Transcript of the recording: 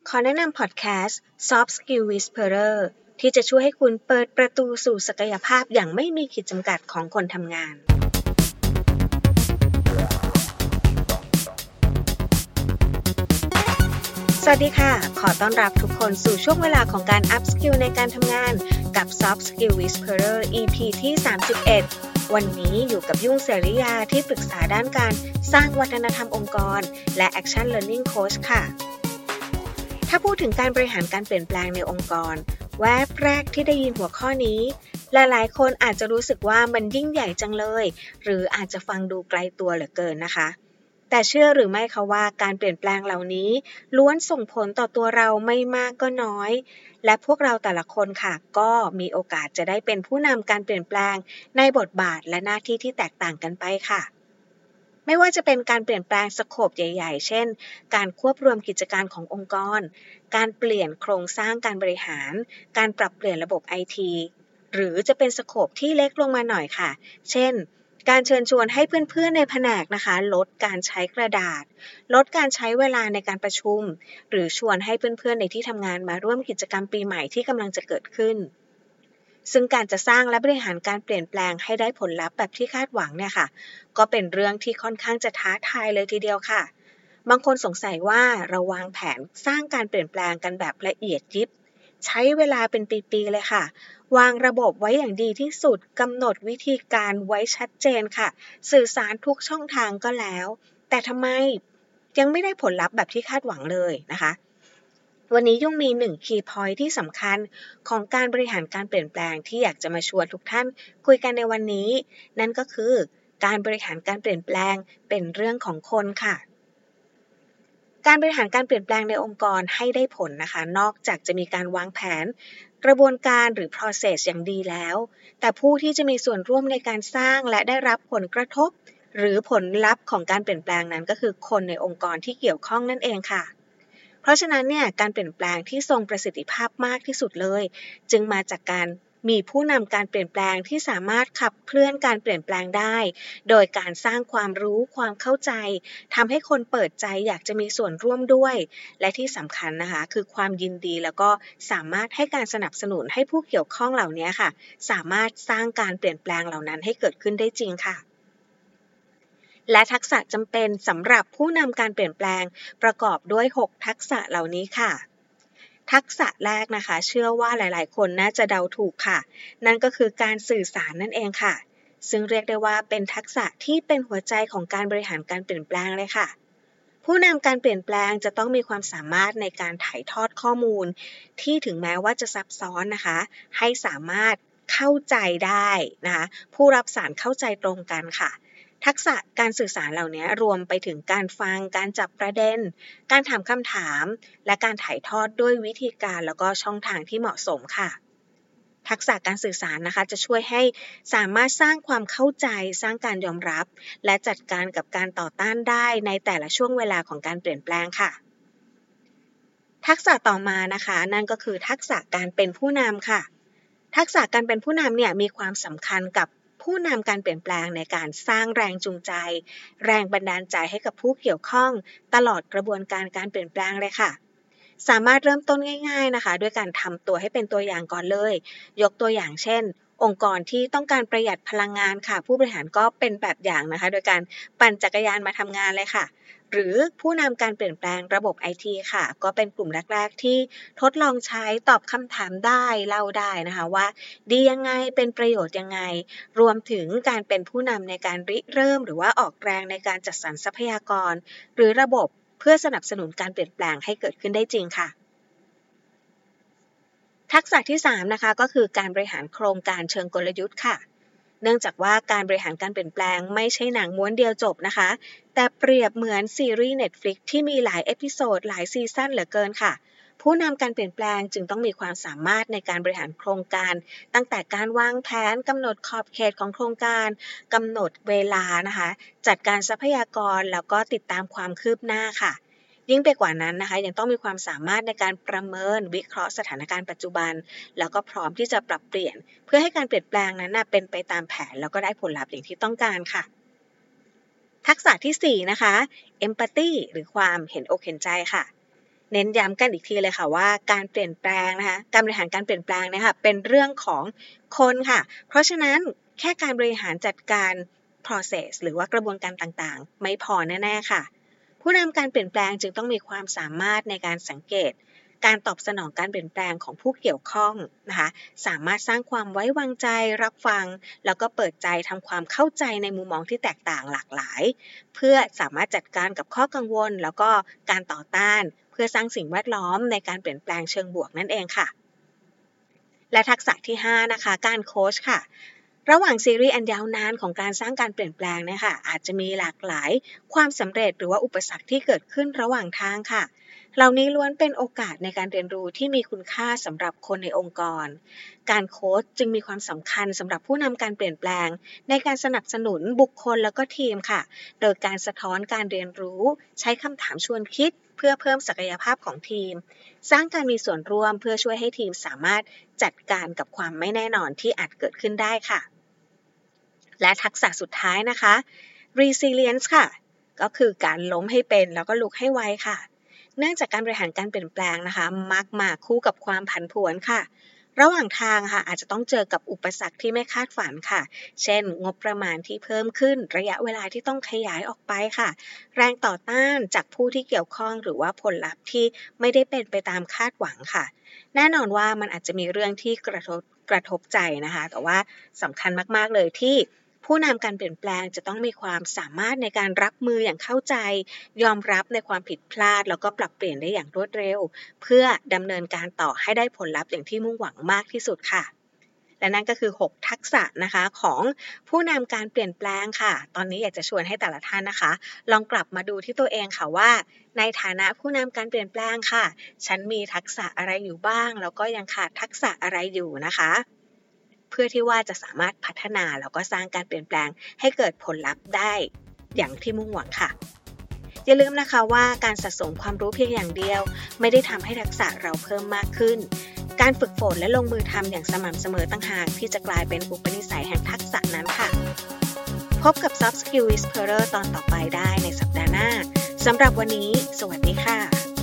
ขอแนะนำพอดแคสต์ Soft Skill Whisperer ที่จะช่วยให้คุณเปิดประตูสู่ศักยภาพอย่างไม่มีขีดจำกัดของคนทำงานสวัสดีค่ะขอต้อนรับทุกคนสู่ช่วงเวลาของการ Up Skill ในการทำงานกับ Soft Skill Whisperer EP ที่ 31 วันนี้อยู่กับยุ่งเสรียาที่ปรึกษาด้านการสร้างวัฒนธรรมองค์กรและ Action Learning Coach ค่ะถ้าพูดถึงการบริหารการเปลี่ยนแปลงในองค์กรแวบแรกที่ได้ยินหัวข้อนี้หลายๆคนอาจจะรู้สึกว่ามันยิ่งใหญ่จังเลยหรืออาจจะฟังดูไกลตัวเหลือเกินนะคะแต่เชื่อหรือไม่คะว่าการเปลี่ยนแปลงเหล่านี้ล้วนส่งผลต่อตัวเราไม่มากก็น้อยและพวกเราแต่ละคนค่ะก็มีโอกาสจะได้เป็นผู้นำการเปลี่ยนแปลงในบทบาทและหน้าที่ที่แตกต่างกันไปค่ะไม่ว่าจะเป็นการเปลี่ยนแปลงสโคปใหญ่ๆเช่นการควบรวมกิจการขององค์กรการเปลี่ยนโครงสร้างการบริหารการปรับเปลี่ยนระบบ IT หรือจะเป็นสโคปที่เล็กลงมาหน่อยค่ะเช่นการเชิญชวนให้เพื่อนๆในแผนกนะคะลดการใช้กระดาษลดการใช้เวลาในการประชุมหรือชวนให้เพื่อนๆในที่ทำงานมาร่วมกิจกรรมปีใหม่ที่กำลังจะเกิดขึ้นซึ่งการจะสร้างและบริหารการเปลี่ยนแปลงให้ได้ผลลัพธ์แบบที่คาดหวังเนี่ยค่ะก็เป็นเรื่องที่ค่อนข้างจะท้าทายเลยทีเดียวค่ะบางคนสงสัยว่าเราวางแผนสร้างการเปลี่ยนแปลงกันแบบละเอียดยิบใช้เวลาเป็นปีๆเลยค่ะวางระบบไว้อย่างดีที่สุดกำหนดวิธีการไว้ชัดเจนค่ะสื่อสารทุกช่องทางก็แล้วแต่ทำไมยังไม่ได้ผลลัพธ์แบบที่คาดหวังเลยนะคะวันนี้ยุ่งมี1 Key Point ที่สำคัญของการบริหารการเปลี่ยนแปลงที่อยากจะมาชวนทุกท่านคุยกันในวันนี้นั่นก็คือการบริหารการเปลี่ยนแปลงเป็นเรื่องของคนค่ะการบริหารการเปลี่ยนแปลงในองค์กรให้ได้ผลนะคะนอกจากจะมีการวางแผนกระบวนการหรือ process อย่างดีแล้วแต่ผู้ที่จะมีส่วนร่วมในการสร้างและได้รับผลกระทบหรือผลลัพธ์ของการเปลี่ยนแปลงนั้นก็คือคนในองค์กรที่เกี่ยวข้องนั่นเองค่ะเพราะฉะนั้นเนี่ยการเปลี่ยนแปลงที่ทรงประสิทธิภาพมากที่สุดเลยจึงมาจากการมีผู้นำการเปลี่ยนแปลงที่สามารถขับเคลื่อนการเปลี่ยนแปลงได้โดยการสร้างความรู้ความเข้าใจทำให้คนเปิดใจอยากจะมีส่วนร่วมด้วยและที่สำคัญนะคะคือความยินดีแล้วก็สามารถให้การสนับสนุนให้ผู้เกี่ยวข้องเหล่านี้ค่ะสามารถสร้างการเปลี่ยนแปลงเหล่านั้นให้เกิดขึ้นได้จริงค่ะและทักษะจำเป็นสำหรับผู้นำการเปลี่ยนแปลงประกอบด้วย6ทักษะเหล่านี้ค่ะทักษะแรกนะคะเชื่อว่าหลายๆคนน่าจะเดาถูกค่ะนั่นก็คือการสื่อสารนั่นเองค่ะซึ่งเรียกได้ว่าเป็นทักษะที่เป็นหัวใจของการบริหารการเปลี่ยนแปลงเลยค่ะผู้นำการเปลี่ยนแปลงจะต้องมีความสามารถในการถ่ายทอดข้อมูลที่ถึงแม้ว่าจะซับซ้อนนะคะให้สามารถเข้าใจได้นะคะผู้รับสารเข้าใจตรงกันค่ะทักษะการสื่อสารเหล่านี้รวมไปถึงการฟังการจับประเด็นการถามคำถามและการถ่ายทอดด้วยวิธีการแล้วก็ช่องทางที่เหมาะสมค่ะทักษะการสื่อสารนะคะจะช่วยให้สามารถสร้างความเข้าใจสร้างการยอมรับและจัดการกับการต่อต้านได้ในแต่ละช่วงเวลาของการเปลี่ยนแปลงค่ะทักษะต่อมานะคะนั่นก็คือทักษะการเป็นผู้นำค่ะทักษะการเป็นผู้นำเนี่ยมีความสำคัญกับผู้นำการเปลี่ยนแปลงในการสร้างแรงจูงใจแรงบันดาลใจให้กับผู้เกี่ยวข้องตลอดกระบวนการการเปลี่ยนแปลงเลยค่ะสามารถเริ่มต้นง่ายๆนะคะด้วยการทำตัวให้เป็นตัวอย่างก่อนเลยยกตัวอย่างเช่นองค์กรที่ต้องการประหยัดพลังงานค่ะผู้บริหารก็เป็นแบบอย่างนะคะโดยการปั่นจักรยานมาทำงานเลยค่ะหรือผู้นำการเปลี่ยนแปลงระบบ IT ค่ะก็เป็นกลุ่มแรกๆที่ทดลองใช้ตอบคำถามได้เล่าได้นะคะว่าดียังไงเป็นประโยชน์ยังไงรวมถึงการเป็นผู้นำในการริเริ่มหรือว่าออกแรงในการจัดสรรทรัพยากรหรือระบบเพื่อสนับสนุนการเปลี่ยนแปลงให้เกิดขึ้นได้จริงค่ะทักษะที่3นะคะก็คือการบริหารโครงการเชิงกลยุทธ์ค่ะเนื่องจากว่าการบริหารการเปลี่ยนแปลงไม่ใช่หนังม้วนเดียวจบนะคะแต่เปรียบเหมือนซีรีส์ Netflix ที่มีหลายเอพิโซดหลายซีซั่นเหลือเกินค่ะผู้นำการเปลี่ยนแปลงจึงต้องมีความสามารถในการบริหารโครงการตั้งแต่การวางแผนกำหนดขอบเขตของโครงการกำหนดเวลานะคะจัดการทรัพยากรแล้วก็ติดตามความคืบหน้าค่ะยิ่งไปกว่านั้นนะคะยังต้องมีความสามารถในการประเมินวิเคราะห์สถานการณ์ปัจจุบันแล้วก็พร้อมที่จะปรับเปลี่ยนเพื่อให้การเปลี่ยนแปลงนั้นเป็นไปตามแผนแล้วก็ได้ผลลัพธ์อย่างที่ต้องการค่ะทักษะที่4นะคะ Empathy หรือความเห็นอกเห็นใจค่ะเน้นย้ำกันอีกทีเลยค่ะว่าการเปลี่ยนแปลงนะคะการบริหารการเปลี่ยนแปลงเนี่ยค่ะเป็นเรื่องของคนค่ะเพราะฉะนั้นแค่การบริหารจัดการ process หรือว่ากระบวนการต่างๆไม่พอแน่ๆค่ะผู้นำการเปลี่ยนแปลงจึงต้องมีความสามารถในการสังเกตการตอบสนองการเปลี่ยนแปลงของผู้เกี่ยวข้องนะคะสามารถสร้างความไว้วางใจรับฟังแล้วก็เปิดใจทำความเข้าใจในมุมมองที่แตกต่างหลากหลายเพื่อสามารถจัดการกับข้อกังวลแล้วก็การต่อต้านเพื่อสร้างสิ่งแวดล้อมในการเปลี่ยนแปลงเชิงบวกนั่นเองค่ะและทักษะที่5นะคะการโค้ชค่ะระหว่างซีรีส์อันยาวนานของการสร้างการเปลี่ยนแปลงเนี่ยค่ะอาจจะมีหลากหลายความสำเร็จหรือว่าอุปสรรคที่เกิดขึ้นระหว่างทางค่ะเหล่านี้ล้วนเป็นโอกาสในการเรียนรู้ที่มีคุณค่าสำหรับคนในองค์กรการโค้ชจึงมีความสำคัญสำหรับผู้นำการเปลี่ยนแปลงในการสนับสนุนบุคคลแล้วก็ทีมค่ะโดยการสะท้อนการเรียนรู้ใช้คำถามชวนคิดเพื่อเพิ่มศักยภาพของทีมสร้างการมีส่วนร่วมเพื่อช่วยให้ทีมสามารถจัดการกับความไม่แน่นอนที่อาจเกิดขึ้นได้ค่ะและทักษะสุดท้ายนะคะ resilience ค่ะก็คือการล้มให้เป็นแล้วก็ลุกให้ไวค่ะเนื่องจากการบริหารการเปลี่ยนแปลงนะคะมักมาคู่กับความผันผวนค่ะระหว่างทางค่ะอาจจะต้องเจอกับอุปสรรคที่ไม่คาดฝันค่ะเช่นงบประมาณที่เพิ่มขึ้นระยะเวลาที่ต้องขยายออกไปค่ะแรงต่อต้านจากผู้ที่เกี่ยวข้องหรือว่าผลลัพธ์ที่ไม่ได้เป็นไปตามคาดหวังค่ะแน่นอนว่ามันอาจจะมีเรื่องที่กระทบใจนะคะแต่ว่าสำคัญมากๆเลยที่ผู้นำการเปลี่ยนแปลงจะต้องมีความสามารถในการรับมืออย่างเข้าใจยอมรับในความผิดพลาดแล้วก็ปรับเปลี่ยนได้อย่างรวดเร็วเพื่อดำเนินการต่อให้ได้ผลลัพธ์อย่างที่มุ่งหวังมากที่สุดค่ะและนั่นก็คือ6ทักษะนะคะของผู้นำการเปลี่ยนแปลงค่ะตอนนี้อยากจะชวนให้แต่ละท่านนะคะลองกลับมาดูที่ตัวเองค่ะว่าในฐานะผู้นำการเปลี่ยนแปลงค่ะฉันมีทักษะอะไรอยู่บ้างแล้วก็ยังขาดทักษะอะไรอยู่นะคะเพื่อที่ว่าจะสามารถพัฒนาแล้วก็สร้างการเปลี่ยนแปลงให้เกิดผลลัพธ์ได้อย่างที่มุ่งหวังค่ะอย่าลืมนะคะว่าการสะสมความรู้เพียงอย่างเดียวไม่ได้ทำให้ทักษะเราเพิ่มมากขึ้นการฝึกฝนและลงมือทำอย่างสม่ำเสมอต่างหากที่จะกลายเป็นอุปนิสัยแห่งทักษะนั้นค่ะพบกับ Soft Skill Whisperer ตอนต่อไปได้ในสัปดาห์หน้าสำหรับวันนี้สวัสดีค่ะ